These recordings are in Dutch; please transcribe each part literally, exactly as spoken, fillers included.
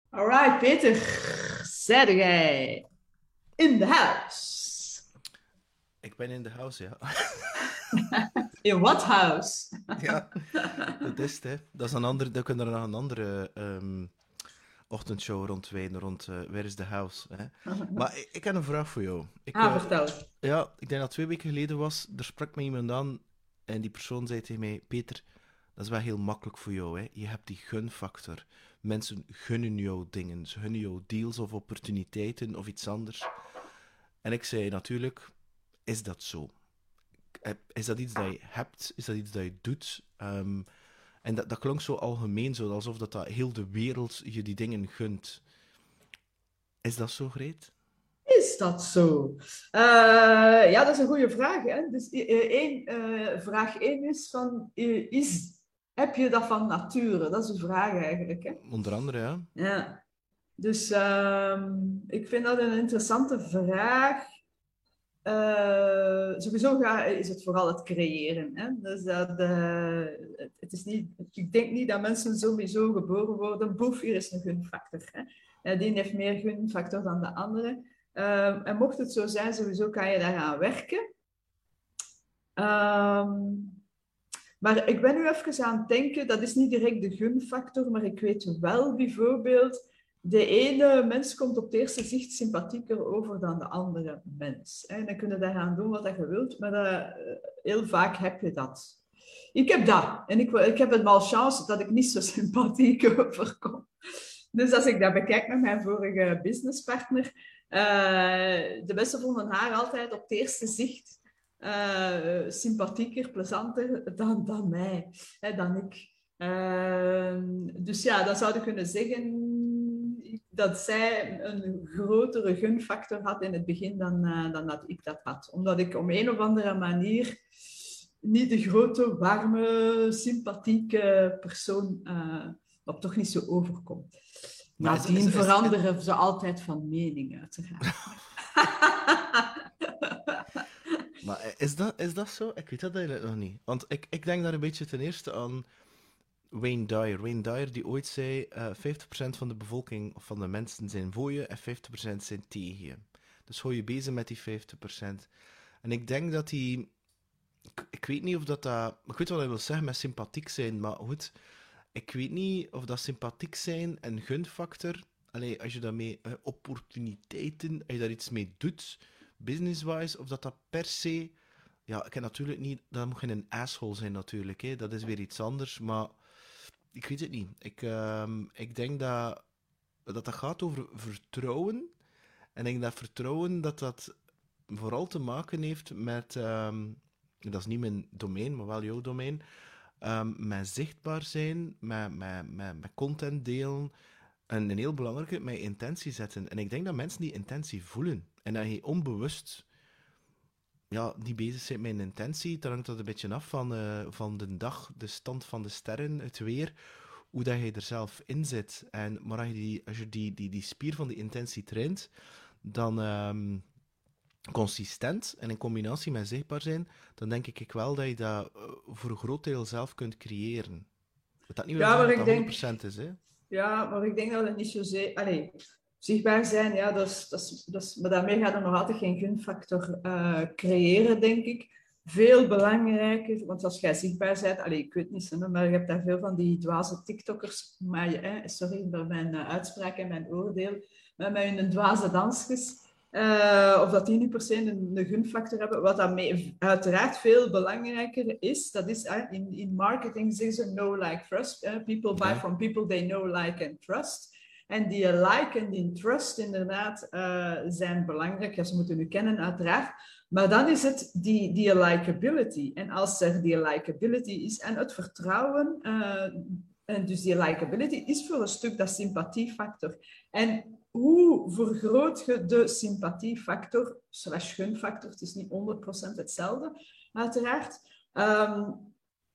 Alright, Peter. Zeg jij in the house? Ik ben in de house, ja. In what house? Ja, dat is het, hè. Dat is een andere, dan kunnen we er nog een andere ehm, ochtendshow rondwijden, rond uh, Where is the House, hè. Maar ik, ik heb een vraag voor jou. Ik, Ah, eh, vertel. ja, ik denk dat twee weken geleden was, er sprak me iemand aan en die persoon zei tegen mij, Peter, dat is wel heel makkelijk voor jou, hè. Je hebt die gunfactor. Mensen gunnen jou dingen, ze gunnen jou deals of opportuniteiten of iets anders. En ik zei natuurlijk, is dat zo? Is dat iets dat je hebt? Is dat iets dat je doet? Um, en dat, dat klonk zo algemeen, zo, alsof dat, dat heel de wereld je die dingen gunt. Is dat zo, Greet? Is dat zo? Uh, ja, dat is een goede vraag. Hè? Dus uh, één, uh, vraag één is van, uh, is, heb je dat van nature? Dat is de vraag eigenlijk. Hè? Onder andere, ja. Ja. Dus uh, ik vind dat een interessante vraag. Uh, sowieso ga, is het vooral het creëren. Hè? Dus dat, uh, het is niet, ik denk niet dat mensen sowieso geboren worden. Boef, hier is een gunfactor. Hè? Uh, die heeft meer gunfactor dan de andere. Uh, en mocht het zo zijn, sowieso kan je daaraan werken. Um, maar ik ben nu even aan het denken, dat is niet direct de gunfactor, maar ik weet wel bijvoorbeeld, de ene mens komt op het eerste zicht sympathieker over dan de andere mens. En dan kun je daaraan doen wat je wilt, maar dat, heel vaak heb je dat. Ik heb dat. En ik, ik heb het malchance dat ik niet zo sympathiek overkom. Dus als ik dat bekijk met mijn vorige businesspartner, uh, de mensen vonden haar altijd op het eerste zicht uh, sympathieker, plezanter dan, dan mij, hè, dan ik. Uh, dus ja, dan zou je kunnen zeggen dat zij een grotere gunfactor had in het begin dan, uh, dan dat ik dat had. Omdat ik op een of andere manier niet de grote, warme, sympathieke persoon uh, wat toch niet zo overkomt. Maar is, is, Nadien is, is, veranderen ze altijd van mening, uiteraard. maar is dat, is dat zo? Ik weet dat eigenlijk nog niet. Want ik, ik denk daar een beetje ten eerste aan Wayne Dyer. Wayne Dyer die ooit zei, uh, vijftig procent van de bevolking of van de mensen zijn voor je en vijftig procent zijn tegen je. Dus hou je bezig met die vijftig procent. En ik denk dat die... Ik, ik weet niet of dat dat... Ik weet wat hij wil zeggen met sympathiek zijn, maar goed... Ik weet niet of dat sympathiek zijn en gunfactor... Allee, als je daarmee... Uh, opportuniteiten, als je daar iets mee doet, business-wise, of dat dat per se... Ja, ik heb natuurlijk niet... Dat moet geen asshole zijn natuurlijk, hè. Dat is weer iets anders, maar... Ik weet het niet. Ik, uh, ik denk dat, dat dat gaat over vertrouwen. En ik denk dat vertrouwen dat dat vooral te maken heeft met... Um, dat is niet mijn domein, maar wel jouw domein. Um, met zichtbaar zijn, met, met, met, met content delen. En een heel belangrijke, met intentie zetten. En ik denk dat mensen die intentie voelen. En dat je onbewust ja, niet bezig bent met een intentie. Dan hangt dat een beetje af van, uh, van de dag, de stand van de sterren, het weer. Hoe dat je er zelf in zit. En, maar als je die, als je die, die, die spier van die intentie traint, dan um, consistent en in combinatie met zichtbaar zijn, dan denk ik wel dat je dat uh, voor een groot deel zelf kunt creëren. Wat dat niet wil Ja, zeggen maar dat ik dat honderd denk, procent is, hè? ja, maar ik denk dat het niet zozeer... Allee, zichtbaar zijn, ja, dat is, dat is, dat is, maar daarmee gaat er nog altijd geen gunfactor uh, creëren, denk ik. Veel belangrijker, want als jij zichtbaar bent, allee, ik weet niet, maar je hebt daar veel van die dwaze TikTokkers, maar, eh, sorry voor mijn uh, uitspraak en mijn oordeel, maar met hun dwaze dansjes, uh, of dat die niet per se een, een gunfactor hebben, wat dan mee, uiteraard veel belangrijker is, dat is uh, in, in marketing zeggen ze know, like, trust. Uh, people buy Ja. from people they know, like and trust. En die like en die trust inderdaad uh, zijn belangrijk. Ja, ze moeten u kennen, uiteraard. Maar dan is het die, die likability. En als er die likability is en het vertrouwen... Uh, en dus die likability is voor een stuk dat sympathiefactor. En hoe vergroot je de sympathiefactor, slash gunfactor, het is niet honderd procent hetzelfde, uiteraard. Um,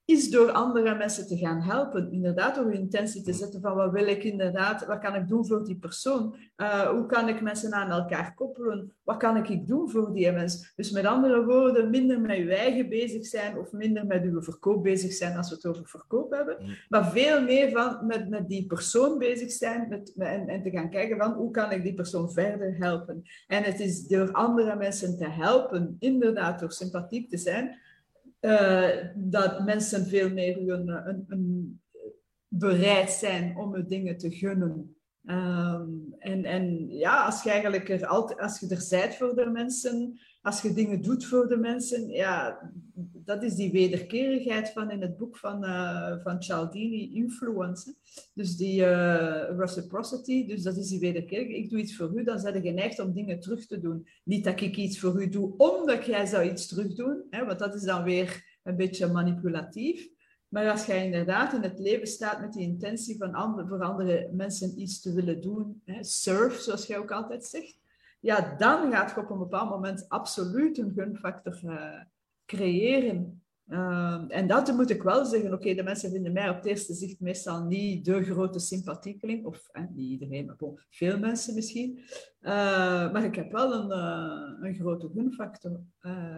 is door andere mensen te gaan helpen. Inderdaad, door je intentie te zetten van wat wil ik inderdaad, wat kan ik doen voor die persoon? Uh, hoe kan ik mensen aan elkaar koppelen? Wat kan ik doen voor die mens? Dus met andere woorden, minder met je eigen bezig zijn of minder met uw verkoop bezig zijn als we het over verkoop hebben. Mm. Maar veel meer van met, met die persoon bezig zijn met, met, en, en te gaan kijken van hoe kan ik die persoon verder helpen? En het is door andere mensen te helpen, inderdaad door sympathiek te zijn, Uh, dat mensen veel meer een, een, een bereid zijn om je dingen te gunnen. Um, en, en ja, als je eigenlijk er altijd, als je er zijt voor de mensen, als je dingen doet voor de mensen, ja, dat is die wederkerigheid van in het boek van, uh, van Cialdini, Influence. Dus die uh, reciprocity, dus dat is die wederkerigheid. Ik doe iets voor u, dan ben je geneigd om dingen terug te doen. Niet dat ik iets voor u doe, omdat jij zou iets terugdoen, hè, want dat is dan weer een beetje manipulatief. Maar als jij inderdaad in het leven staat met die intentie van andere, voor andere mensen iets te willen doen, hè, serve, zoals jij ook altijd zegt, ja, dan gaat je op een bepaald moment absoluut een gunfactor uh, creëren. Uh, en dat moet ik wel zeggen. Oké, okay, de mensen vinden mij op het eerste zicht meestal niet de grote sympathiekeling, of eh, niet iedereen, maar bon, veel mensen misschien. Uh, maar ik heb wel een, uh, een grote gunfactor. Uh,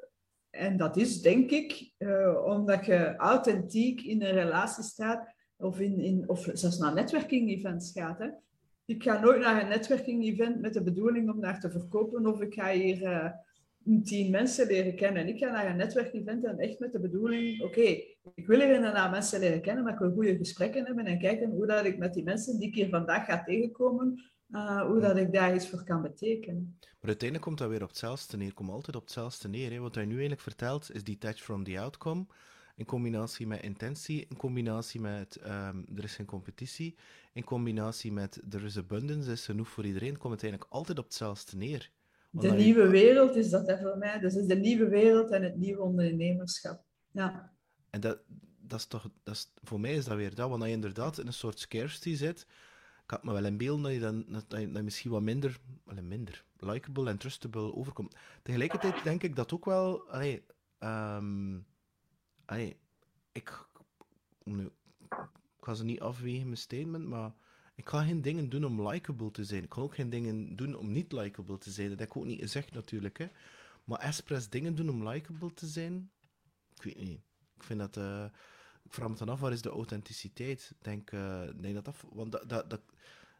En dat is, denk ik, uh, omdat je authentiek in een relatie staat, of, in, in, of zelfs naar netwerking-events gaat. Hè. Ik ga nooit naar een netwerking-event met de bedoeling om daar te verkopen, of ik ga hier uh, tien mensen leren kennen. Ik ga naar een netwerking-event en echt met de bedoeling, oké, okay, ik wil hier inderdaad mensen leren kennen, maar ik wil goede gesprekken hebben en kijken hoe dat ik met die mensen die ik hier vandaag ga tegenkomen, Uh, hoe dat ik daar iets voor kan betekenen. Maar uiteindelijk komt dat weer op hetzelfde neer. Komt altijd op hetzelfde neer. Hè. Wat hij nu eigenlijk vertelt is detach from the outcome. In combinatie met intentie. In combinatie met um, er is geen competitie. In combinatie met er is abundance. Er is genoeg voor iedereen. Komt het eigenlijk altijd op hetzelfde neer. Want de nieuwe je... wereld is dat hè, voor mij. Dus is de nieuwe wereld en het nieuwe ondernemerschap. Ja. En dat, dat is toch... Dat is, voor mij is dat weer dat. Want als je inderdaad in een soort scarcity zit... Ik had me wel inbeelden dat je dan dat je, dat je misschien wat minder, wel minder likable en trustable overkomt. Tegelijkertijd denk ik dat ook wel... Allee, um, allee, ik, nu, ik ga ze niet afwegen, mijn statement, maar ik ga geen dingen doen om likable te zijn. Ik ga ook geen dingen doen om niet likable te zijn. Dat heb ik ook niet gezegd natuurlijk. Hè. Maar expres dingen doen om likable te zijn... Ik weet niet. Ik vind dat... Uh, Ik vraag me dan af, waar is de authenticiteit? Ik denk, uh, denk dat dat... Want dat, dat, dat,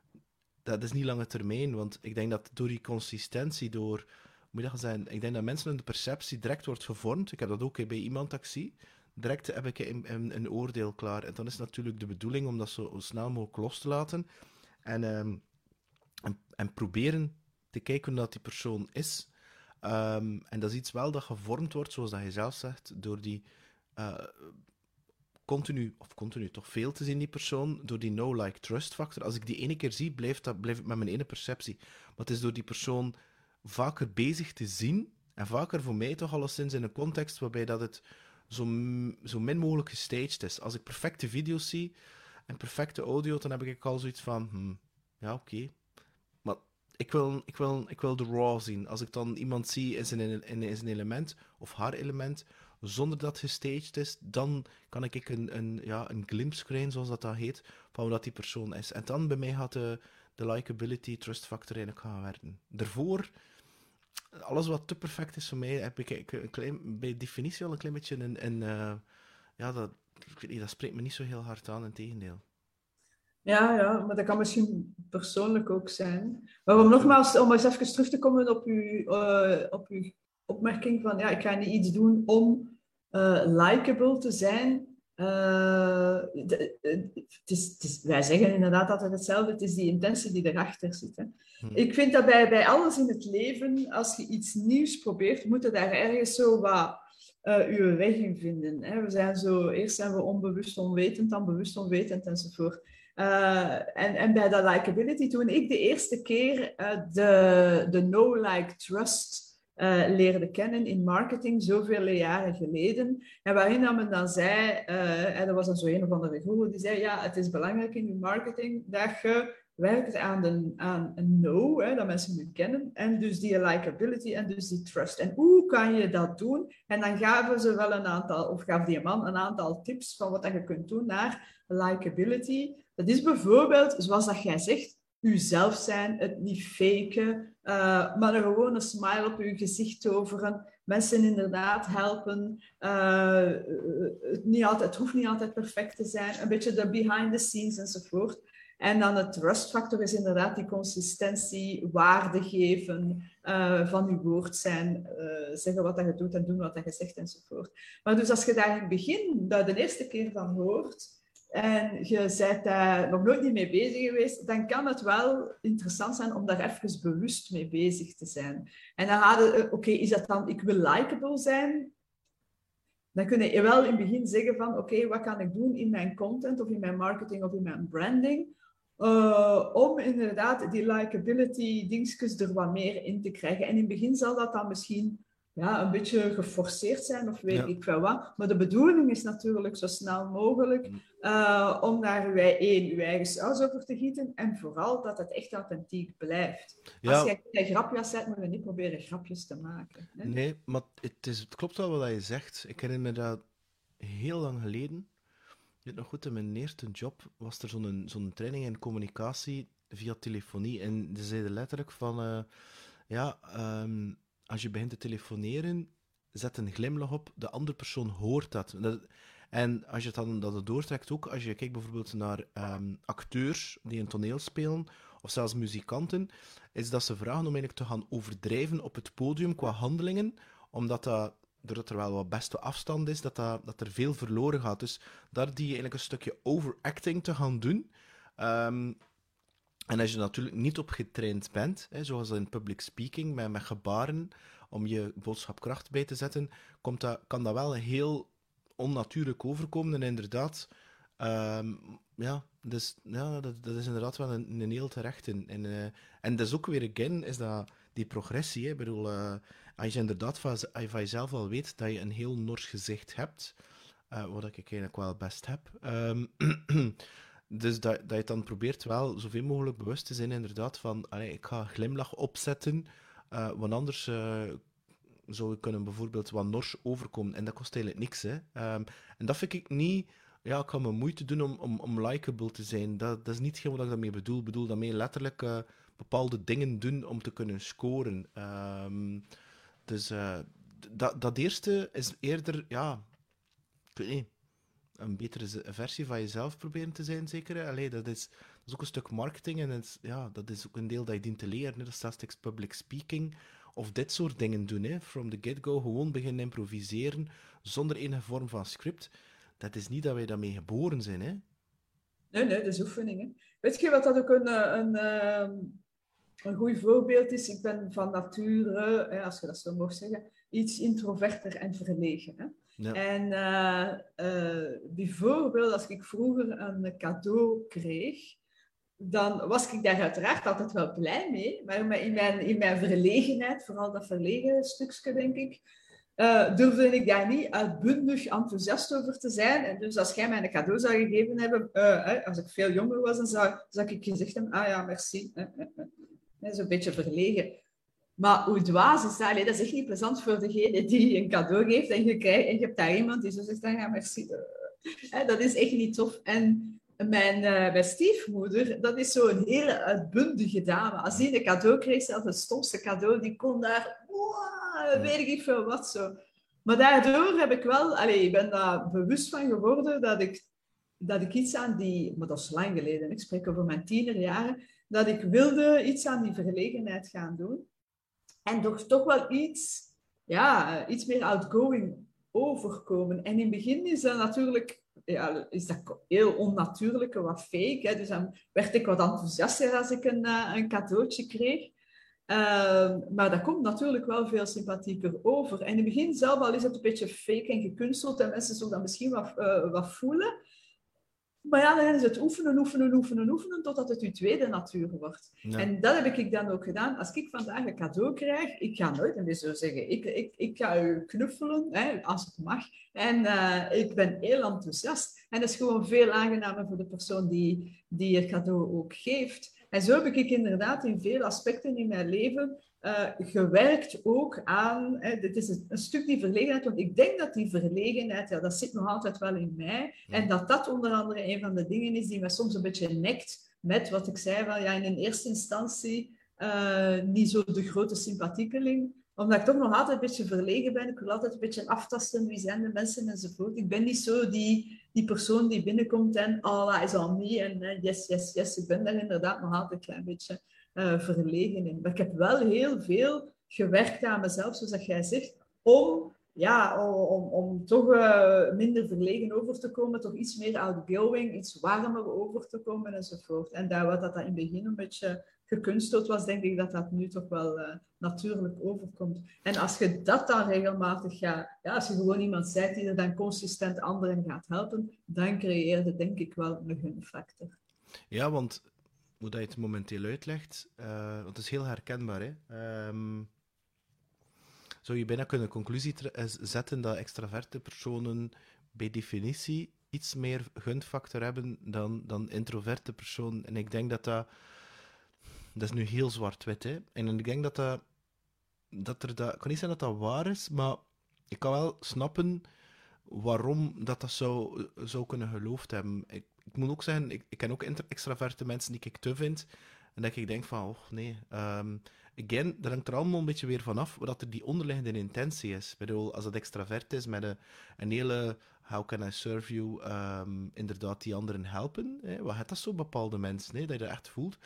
dat is niet lange termijn, want ik denk dat door die consistentie, door... Moet je dat zijn? Ik denk dat mensen hun perceptie direct wordt gevormd. Ik heb dat ook bij iemand dat ik zie. Direct heb ik een, een, een oordeel klaar. En dan is natuurlijk de bedoeling om dat zo snel mogelijk los te laten. En, um, en, en proberen te kijken hoe dat die persoon is. Um, en dat is iets wel dat gevormd wordt, zoals dat je zelf zegt, door die... Uh, continu, of continu, toch veel te zien, die persoon, door die no-like-trust factor. Als ik die ene keer zie, blijft dat, blijf ik met mijn ene perceptie. Maar het is door die persoon vaker bezig te zien, en vaker voor mij toch alleszins in een context waarbij dat het zo, zo min mogelijk gestaged is. Als ik perfecte video's zie, en perfecte audio, dan heb ik al zoiets van, hmm, ja, oké. Okay. Maar ik wil, ik, wil, ik wil de raw zien. Als ik dan iemand zie in zijn, in zijn element, of haar element, zonder dat gestaged is, dan kan ik een, een, ja, een glimpse krijgen, zoals dat, dat heet, van wat die persoon is. En dan bij mij gaat de, de likability, trust factor eigenlijk gaan werken. Daarvoor, alles wat te perfect is voor mij, heb ik een klein, bij definitie al een klein beetje een... een uh, ja, dat, ik weet niet, dat spreekt me niet zo heel hard aan, integendeel. Ja, ja, maar dat kan misschien persoonlijk ook zijn. Maar om nogmaals, om eens even terug te komen op uw, uh, op uw opmerking van, ja, ik ga niet iets doen om uh, likable te zijn. Uh, de, de, het is, het is, wij zeggen inderdaad altijd hetzelfde, het is die intentie die erachter zit. Hè. Hmm. Ik vind dat bij, bij alles in het leven, als je iets nieuws probeert, moet je daar ergens zo wat uh, je weg in vinden. Hè. We zijn zo, eerst zijn we onbewust onwetend, dan bewust onwetend enzovoort. Uh, en, en bij dat likability, toen ik de eerste keer uh, de, de no-like-trust uh, leerde kennen in marketing, zoveel jaren geleden, en waarin dat men dan zei, uh, en er was dan zo een of andere guru die zei, ja, het is belangrijk in je marketing dat je werkt aan, de, aan een know, hè, dat mensen u kennen, en dus die likability en dus die trust. En hoe kan je dat doen? En dan gaven ze wel een aantal, of gaf die man een aantal tips van wat je kunt doen naar likability. Dat is bijvoorbeeld, zoals dat jij zegt, uzelf zijn, het niet faken, uh, maar een gewone smile op je gezicht toveren, mensen inderdaad helpen. Uh, het, niet altijd, het hoeft niet altijd perfect te zijn, een beetje de behind the scenes enzovoort. En dan het trustfactor is inderdaad die consistentie, waarde geven, uh, van je woord zijn, uh, zeggen wat dat je doet en doen wat dat je zegt enzovoort. Maar dus als je daar in het begin dat de eerste keer van hoort, en je bent daar nog nooit niet mee bezig geweest, dan kan het wel interessant zijn om daar even bewust mee bezig te zijn. En dan ga je, oké, okay, is dat dan, ik wil likable zijn? Dan kun je wel in het begin zeggen van, oké, okay, wat kan ik doen in mijn content of in mijn marketing of in mijn branding, uh, om inderdaad die likability dingetjes er wat meer in te krijgen. En in het begin zal dat dan misschien ja, een beetje geforceerd zijn of weet ja. ik veel wat. Maar de bedoeling is natuurlijk zo snel mogelijk uh, om daar wij één, je eigen saus over te gieten en vooral dat het echt authentiek blijft. Ja. Als jij, jij grapjes zet, moet je niet proberen grapjes te maken. Hè? Nee, maar het, is, het klopt wel wat je zegt. Ik herinner me dat heel lang geleden. Ik weet nog goed, in mijn eerste job was er zo'n, zo'n training in communicatie via telefonie. En ze zeiden letterlijk van... Uh, ja... Um, als je begint te telefoneren, zet een glimlach op, de andere persoon hoort dat. dat en als je het dan dat het doortrekt ook, als je kijkt bijvoorbeeld naar um, acteurs die een toneel spelen, of zelfs muzikanten, is dat ze vragen om eigenlijk te gaan overdrijven op het podium qua handelingen, omdat dat, doordat er wel wat beste afstand is, dat, dat, dat er veel verloren gaat. Dus daar die eigenlijk een stukje overacting te gaan doen. Um, En als je natuurlijk niet op getraind bent, hè, zoals in public speaking, met, met gebaren, om je boodschap kracht bij te zetten, komt dat, kan dat wel heel onnatuurlijk overkomen. En inderdaad, um, ja, dus, ja dat, dat is inderdaad wel een, een heel terecht. En, en, uh, en dat is ook weer, again, is dat die progressie. Hè. Ik bedoel, uh, als je inderdaad van, als je van jezelf al weet dat je een heel nors gezicht hebt, uh, wat ik eigenlijk wel best heb... Um, Dus dat, dat je dan probeert wel zoveel mogelijk bewust te zijn, inderdaad, van allee, ik ga een glimlach opzetten, uh, want anders uh, zou ik kunnen bijvoorbeeld wat nors overkomen. En dat kost eigenlijk niks, hè. Um, en dat vind ik niet... Ja, ik ga me moeite doen om, om, om likable te zijn. Dat, dat is niet wat ik daarmee bedoel. Ik bedoel daarmee letterlijk uh, bepaalde dingen doen om te kunnen scoren. Um, dus uh, dat, dat eerste is eerder, ja... Ik weet niet... een betere versie van jezelf proberen te zijn, zeker. Allee, dat, is, dat is ook een stuk marketing en het, ja, dat is ook een deel dat je dient te leren. Hè. Dat staat straks public speaking of dit soort dingen doen. Hè. From the get-go, gewoon beginnen improviseren zonder enige vorm van script. Dat is niet dat wij daarmee geboren zijn. Hè. Nee, nee, dat is oefening. Hè. Weet je wat dat ook een, een, een, een goed voorbeeld is? Ik ben van nature, als je dat zo mag zeggen, iets introverter en verlegen. Hè. Ja. En uh, uh, bijvoorbeeld als ik vroeger een cadeau kreeg, dan was ik daar uiteraard altijd wel blij mee. Maar in mijn, in mijn verlegenheid, vooral dat verlegen stukje denk ik, uh, durfde ik daar niet uitbundig enthousiast over te zijn. En dus als jij mij een cadeau zou gegeven hebben, uh, als ik veel jonger was, dan zou, zou ik gezegd hebben, ah ja, merci. Dat is een beetje verlegen. Maar hoe dwaas is dat? Allee, dat is echt niet plezant voor degene die een cadeau geeft en je, krijgt, en je hebt daar iemand die zo zegt, ah, ja, merci. Uh, dat is echt niet tof. En mijn, uh, mijn stiefmoeder, dat is zo'n hele uitbundige dame. Als die een cadeau kreeg, zelfs het stomste cadeau, die kon daar, wow, weet ik niet veel wat zo. Maar daardoor heb ik wel, allee, ik ben daar bewust van geworden dat ik, dat ik iets aan die, maar dat is lang geleden, ik spreek over mijn tienerjaren, dat ik wilde iets aan die verlegenheid gaan doen. En toch, toch wel iets, ja, iets meer outgoing overkomen. En in het begin is dat natuurlijk ja, is dat heel onnatuurlijk, wat fake. Hè? Dus dan werd ik wat enthousiaster als ik een, uh, een cadeautje kreeg. Uh, maar dat komt natuurlijk wel veel sympathieker over. En in het begin zelf al is het een beetje fake en gekunsteld en mensen zullen dat misschien wat, uh, wat voelen. Maar ja, dan is het oefenen, oefenen, oefenen, oefenen, totdat het je tweede natuur wordt. Ja. En dat heb ik dan ook gedaan. Als ik vandaag een cadeau krijg, ik ga nooit en zo zeggen, ik, ik, ik ga u knuffelen, hè, als het mag. En uh, ik ben heel enthousiast. En dat is gewoon veel aangenamer voor de persoon die, die het cadeau ook geeft. En zo heb ik inderdaad in veel aspecten in mijn leven uh, gewerkt ook aan... Hè, dit is een, een stuk die verlegenheid, want ik denk dat die verlegenheid, ja, dat zit nog altijd wel in mij. En dat dat onder andere een van de dingen is die mij soms een beetje nekt met wat ik zei, van, ja, in eerste instantie uh, niet zo de grote sympathiekeling, omdat ik toch nog altijd een beetje verlegen ben. Ik wil altijd een beetje aftasten, wie zijn de mensen enzovoort. Ik ben niet zo die, die persoon die binnenkomt en Allah is on me en uh, yes, yes, yes. Ik ben daar inderdaad nog altijd een klein beetje uh, verlegen in. Maar ik heb wel heel veel gewerkt aan mezelf, zoals jij zegt, om, ja, om, om toch uh, minder verlegen over te komen, toch iets meer outgoing, iets warmer over te komen enzovoort. En daar wat dat in het begin een beetje gekunsteld was, denk ik dat dat nu toch wel uh, natuurlijk overkomt. En als je dat dan regelmatig gaat, ja, als je gewoon iemand bent die er dan consistent anderen gaat helpen, dan creëer je denk ik wel een gunfactor. Ja, want hoe dat je het momenteel uitlegt, uh, want het is heel herkenbaar, hè. Um, zou je bijna kunnen conclusie zetten dat extraverte personen bij definitie iets meer gunfactor hebben dan, dan introverte personen. En ik denk dat dat Dat is nu heel zwart-wit, hè. En ik denk dat dat... dat er dat ik kan niet zeggen dat dat waar is, maar ik kan wel snappen waarom dat, dat zou, zou kunnen geloofd hebben. Ik, ik moet ook zeggen, ik, ik ken ook extraverte mensen die ik te vind. En dat ik denk van, oh nee. Um, again, dat hangt er allemaal een beetje weer vanaf wat er die onderliggende intentie is. Ik bedoel, als het extravert is met een, een hele... How can I serve you? Um, inderdaad, die anderen helpen. Hè. Wat heeft dat zo bepaalde mensen, hè, dat je dat echt voelt.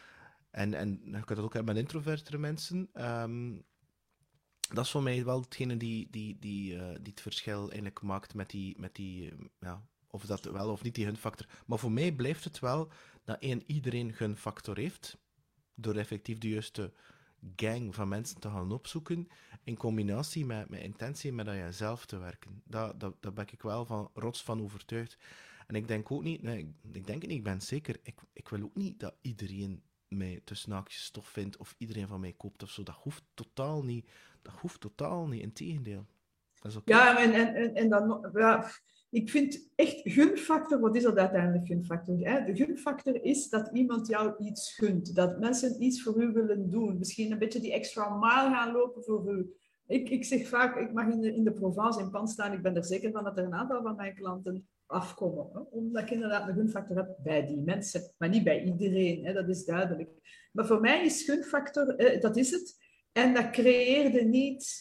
En, en je kunt dat ook hebben met introvertere mensen. Um, dat is voor mij wel hetgene die, die, die, uh, die het verschil eigenlijk maakt met die... Met die uh, ja, of dat wel of niet die gunfactor. Maar voor mij blijft het wel dat één, iedereen gunfactor heeft. Door effectief de juiste gang van mensen te gaan opzoeken. In combinatie met, met intentie en met aan jezelf te werken. Daar dat, dat ben ik wel van, rots van overtuigd. En ik denk ook niet... Nee, ik, ik denk het niet, ik ben zeker... Ik, ik wil ook niet dat iedereen mij tussen haakjes stof vindt of iedereen van mij koopt of zo. Dat hoeft totaal niet. Dat hoeft totaal niet. Integendeel. Dat is okay. Ja, en, en, en dan... Ja, ik vind echt gunfactor... Wat is dat uiteindelijk gunfactor? Hè? De gunfactor is dat iemand jou iets gunt. Dat mensen iets voor u willen doen. Misschien een beetje die extra mile gaan lopen voor u. Ik, ik zeg vaak, ik mag in de, in de Provence in Pan staan. Ik ben er zeker van dat er een aantal van mijn klanten afkomen. Hè? Omdat ik inderdaad een gunfactor heb bij die mensen. Maar niet bij iedereen, hè? Dat is duidelijk. Maar voor mij is gunfactor, eh, dat is het. En dat creëerde niet...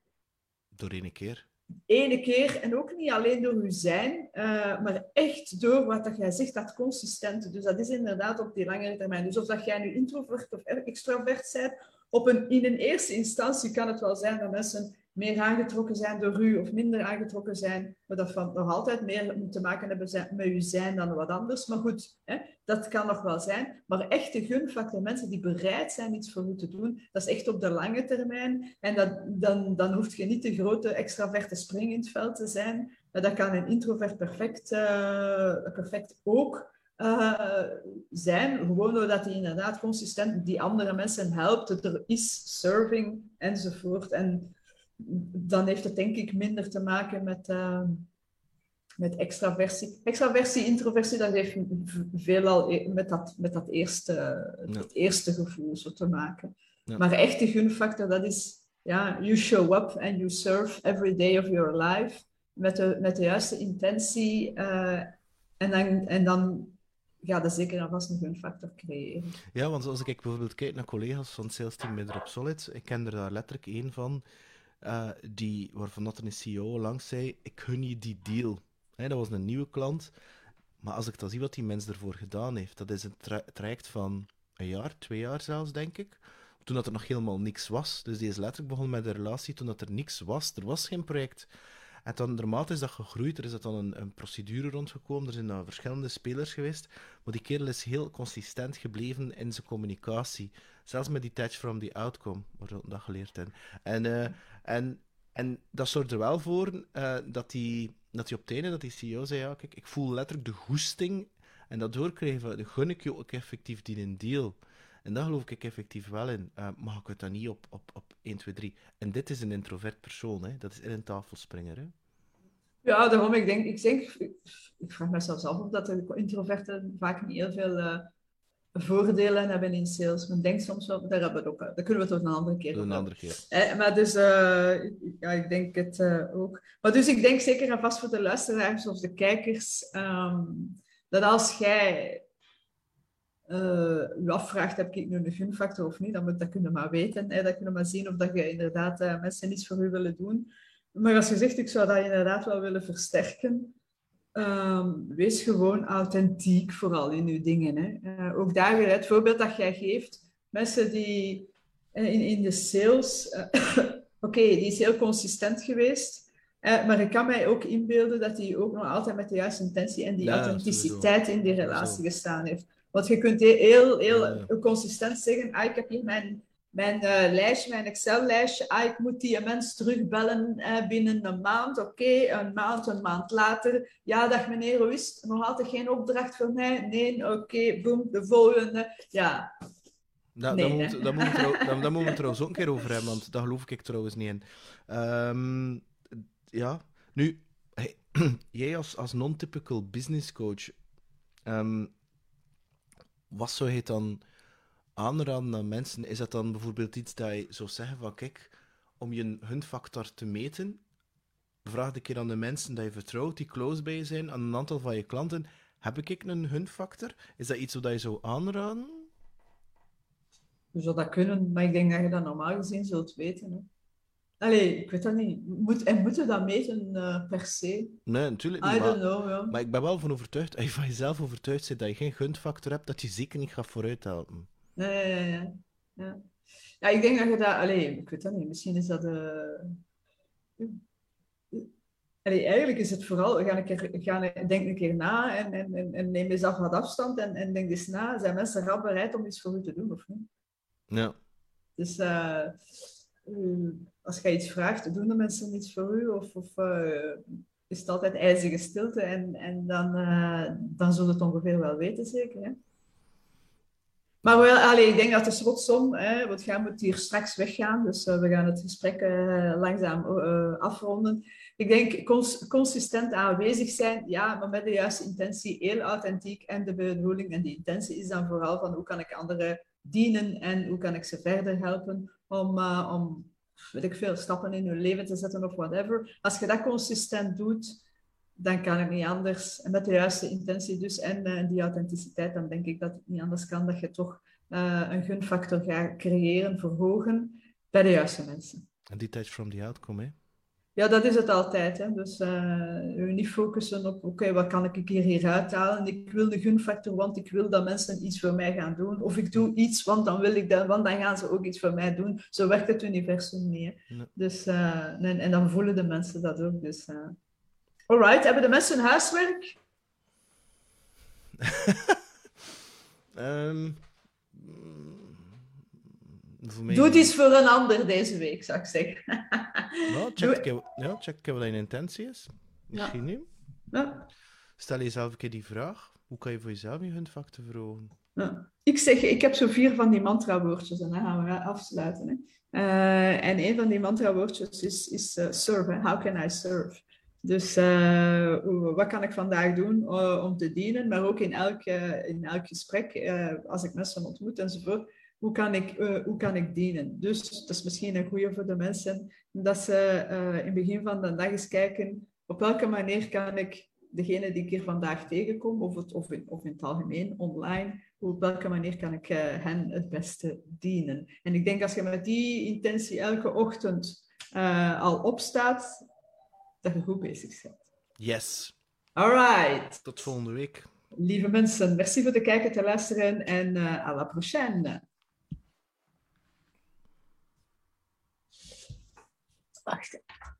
Door één keer. Ene keer, en ook niet alleen door uw zijn, uh, maar echt door wat dat jij zegt, dat consistente. Dus dat is inderdaad op die langere termijn. Dus of dat jij nu introvert of extravert bent, op een, in een eerste instantie kan het wel zijn dat mensen meer aangetrokken zijn door u of minder aangetrokken zijn, maar dat van nog altijd meer te maken hebben met uw zijn dan wat anders. Maar goed, hè, dat kan nog wel zijn. Maar echte gunfactor, mensen die bereid zijn iets voor u te doen, dat is echt op de lange termijn. En dat, dan, dan hoef je niet de grote extraverte spring in het veld te zijn. Maar dat kan een introvert perfect, uh, perfect ook uh, zijn. Gewoon doordat hij inderdaad consistent die andere mensen helpt. Dat er is serving enzovoort. En dan heeft het denk ik minder te maken met, uh, met extraversie. Extraversie, introversie, dat heeft veelal met dat, met dat eerste, ja. dat eerste gevoel zo te maken. Ja. Maar echte gunfactor, dat is, ja, you show up and you serve every day of your life met de, met de juiste intentie. Uh, en, dan, en dan gaat er zeker en vast een gunfactor creëren. Ja, want als ik bijvoorbeeld kijk naar collega's van het sales team bij Dropsolid, ik ken er daar letterlijk één van, Uh, die, waarvan dat er een C E O langs zei, ik gun je die deal. Hey, dat was een nieuwe klant. Maar als ik dan zie wat die mens ervoor gedaan heeft, dat is een tra- traject van een jaar, twee jaar zelfs, denk ik. Toen dat er nog helemaal niks was. Dus die is letterlijk begonnen met een relatie toen dat er niks was. Er was geen project. En dan, naarmate is dat gegroeid. Er is dat dan een, een procedure rondgekomen. Er zijn uh, verschillende spelers geweest. Maar die kerel is heel consistent gebleven in zijn communicatie. Zelfs met detach from the outcome, waar we dat geleerd hebben. En, uh, en, en dat zorgde er wel voor uh, dat hij dat op het einde, dat die C E O zei, ja, kijk, ik voel letterlijk de goesting. En daardoor kreeg we, gun ik je ook effectief die een deal. En daar geloof ik effectief wel in. Uh, mag ik het dan niet op, op, op één, twee, drie. En dit is een introvert persoon, hè. Dat is in een tafelspringer, hè. Ja, daarom, ik denk, ik denk, ik vraag mezelf af of dat de introverten vaak niet heel veel uh, voordelen hebben in sales. Men denkt soms wel, daar hebben we het ook, daar kunnen we het ook een andere keer over Een hebben. andere keer. Eh, maar dus, uh, ja, ik denk het uh, ook. Maar dus ik denk zeker en vast voor de luisteraars of de kijkers, um, dat als jij uh, je afvraagt, heb ik nu een gunfactor of niet, dan moet dat kunnen maar weten. Hè? Dat kunnen maar zien of dat je inderdaad uh, mensen iets voor u willen doen. Maar als je zegt, ik zou dat inderdaad wel willen versterken, um, wees gewoon authentiek, vooral in je dingen. Hè. Uh, ook daar weer het voorbeeld dat jij geeft. Mensen die uh, in, in de sales... Uh, Oké, okay, die is heel consistent geweest. Uh, maar ik kan mij ook inbeelden dat hij ook nog altijd met de juiste intentie en die ja, authenticiteit sowieso. in die relatie sowieso. gestaan heeft. Want je kunt heel, heel ja. consistent zeggen, ah, ik heb hier mijn... Mijn uh, lijstje, mijn Excel-lijstje. Ah, ik moet die mens terugbellen uh, binnen een maand. Oké, okay, een maand, een maand later. Ja, dag meneer, hoe is het? Nog altijd geen opdracht voor mij? Nee, oké, okay, boem, de volgende. Ja. Da, nee, daar, moet, daar, moet trouw, daar, daar moeten we het trouwens ook een keer over hebben, want daar geloof ik trouwens niet in. Um, ja, nu, hey, jij als, als non-typical business coach, um, wat zou je dan... aanraden aan mensen, is dat dan bijvoorbeeld iets dat je zou zeggen van kijk, om je gunfactor te meten, vraag een keer aan de mensen dat je vertrouwt, die close bij je zijn, aan een aantal van je klanten, heb ik een gunfactor? Is dat iets wat je zou aanraden? Je zou dat kunnen, maar ik denk dat je dat normaal gezien zult weten. Hè? Allee, ik weet dat niet. Moet, en moeten dat meten uh, per se? Nee, natuurlijk niet. I maar, don't know, ja. maar ik ben wel van overtuigd, als je van jezelf overtuigd bent dat je geen gunfactor hebt, dat je zeker niet gaat vooruit helpen. Ja, ja, ja. Ja, ja ik denk dat je dat... Allee, ik weet dat niet. Misschien is dat... Uh... Allee, eigenlijk is het vooral... Ga een keer, ga een, denk een keer na en, en, en, en neem eens af wat afstand en, en denk eens na. Zijn mensen rap bereid om iets voor u te doen, of niet? Ja. Dus uh, uh, als je iets vraagt, doen de mensen iets voor u? Of, of uh, is het altijd ijzige stilte? En, en dan, uh, dan zul je het ongeveer wel weten, zeker, hè? Maar wel, allez, ik denk dat de slotsom, hè, want jij moet hier straks weggaan, dus uh, we gaan het gesprek uh, langzaam uh, afronden. Ik denk cons consistent aanwezig zijn, ja, maar met de juiste intentie, heel authentiek en de bedoeling. En die intentie is dan vooral van hoe kan ik anderen dienen en hoe kan ik ze verder helpen om, uh, om weet ik veel, stappen in hun leven te zetten of whatever. Als je dat consistent doet, dan kan het niet anders. En met de juiste intentie dus en uh, die authenticiteit, dan denk ik dat het niet anders kan dat je toch uh, een gunfactor gaat creëren, verhogen bij de juiste mensen. En detach from the outcome, hè? Ja, dat is het altijd. Hè. Dus uh, je niet focussen op, oké, okay, wat kan ik hier hieruit halen? Ik wil de gunfactor, want ik wil dat mensen iets voor mij gaan doen. Of ik doe iets, want dan wil ik dat, want dan gaan ze ook iets voor mij doen. Zo werkt het universum niet. Hè. Nee. Dus, uh, en, en dan voelen de mensen dat ook. Dus... Uh, Alright, hebben de mensen huiswerk? um, Doe het iets voor een ander deze week, zou ik zeggen. Nou, check Doe... ja, check wat je intentie is. Misschien ja. niet. Ja. Stel jezelf een keer die vraag. Hoe kan je voor jezelf je gunfactor verhogen? Ja. Ik zeg, ik heb zo vier van die mantra-woordjes en dan gaan we afsluiten. Hè. Uh, en een van die mantra-woordjes is, is uh, serve. Hè. How can I serve? Dus uh, wat kan ik vandaag doen uh, om te dienen, maar ook in elk, uh, in elk gesprek, uh, als ik mensen ontmoet enzovoort, hoe kan ik, uh, hoe kan ik dienen? Dus dat is misschien een goede voor de mensen, dat ze uh, in het begin van de dag eens kijken, op welke manier kan ik degene die ik hier vandaag tegenkom, of, het, of, in, of in het algemeen, online, op welke manier kan ik uh, hen het beste dienen? En ik denk als je met die intentie elke ochtend uh, al opstaat, dat je goed bezig bent. Yes. Alright. Tot volgende week. Lieve mensen, merci voor het kijken, te luisteren en uh, à la prochaine. Wacht.